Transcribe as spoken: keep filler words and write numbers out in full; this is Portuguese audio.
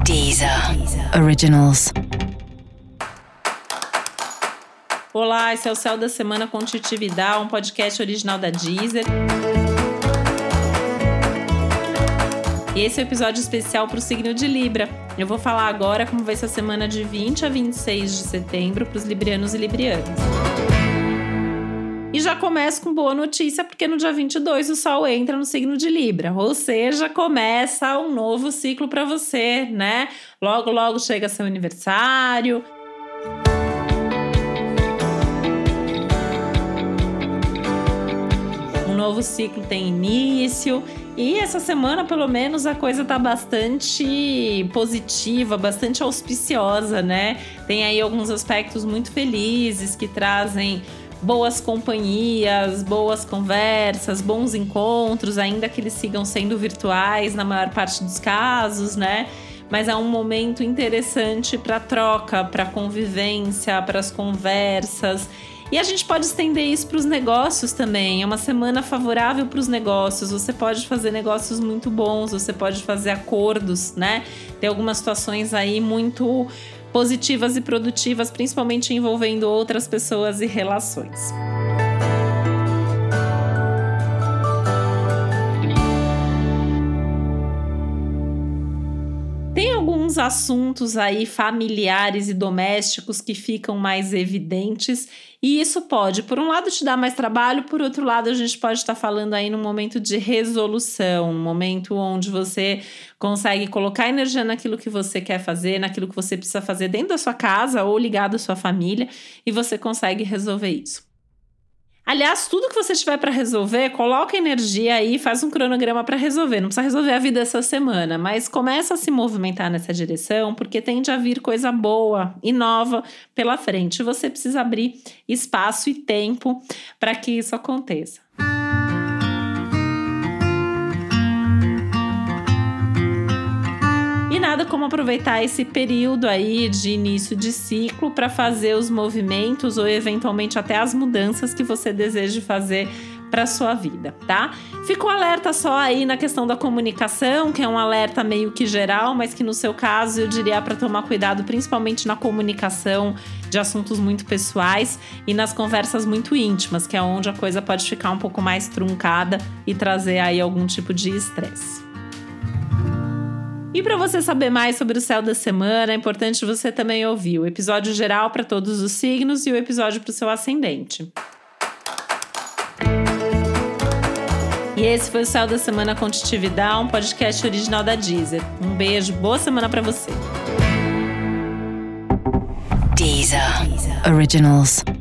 Deezer Originals. Olá, esse é o Céu da Semana com Titi Vidal, um podcast original da Deezer. E esse é o um episódio especial para o signo de Libra. Eu vou falar agora como vai ser a semana de vinte a vinte e seis de setembro para os librianos e librianas. E já começo com boa notícia, porque no dia vinte e dois o Sol entra no signo de Libra. Ou seja, começa um novo ciclo para você, né? Logo, logo chega seu aniversário. Um novo ciclo tem início. E essa semana, pelo menos, a coisa tá bastante positiva, bastante auspiciosa, né? Tem aí alguns aspectos muito felizes que trazem boas companhias, boas conversas, bons encontros, ainda que eles sigam sendo virtuais na maior parte dos casos, né? Mas é um momento interessante para troca, para convivência, para as conversas. E a gente pode estender isso para os negócios também. É uma semana favorável para os negócios. Você pode fazer negócios muito bons, você pode fazer acordos, né? Tem algumas situações aí muito positivas e produtivas, principalmente envolvendo outras pessoas e relações. Tem alguns assuntos aí familiares e domésticos que ficam mais evidentes e isso pode, por um lado, te dar mais trabalho, por outro lado, a gente pode estar falando aí num momento de resolução, um momento onde você consegue colocar energia naquilo que você quer fazer, naquilo que você precisa fazer dentro da sua casa ou ligado à sua família e você consegue resolver isso. Aliás, tudo que você tiver para resolver, coloca energia aí, faz um cronograma para resolver. Não precisa resolver a vida essa semana, mas começa a se movimentar nessa direção, porque tende a vir coisa boa e nova pela frente. Você precisa abrir espaço e tempo para que isso aconteça. E nada como aproveitar esse período aí de início de ciclo para fazer os movimentos ou eventualmente até as mudanças que você deseja fazer para sua vida, tá? Ficou alerta só aí na questão da comunicação, que é um alerta meio que geral, mas que no seu caso eu diria para tomar cuidado principalmente na comunicação de assuntos muito pessoais e nas conversas muito íntimas, que é onde a coisa pode ficar um pouco mais truncada e trazer aí algum tipo de estresse. E para você saber mais sobre o céu da semana, é importante você também ouvir o episódio geral para todos os signos e o episódio para o seu ascendente. E esse foi o Céu da Semana com Titi Vidal, um podcast original da Deezer. Um beijo, boa semana para você. Deezer Originals.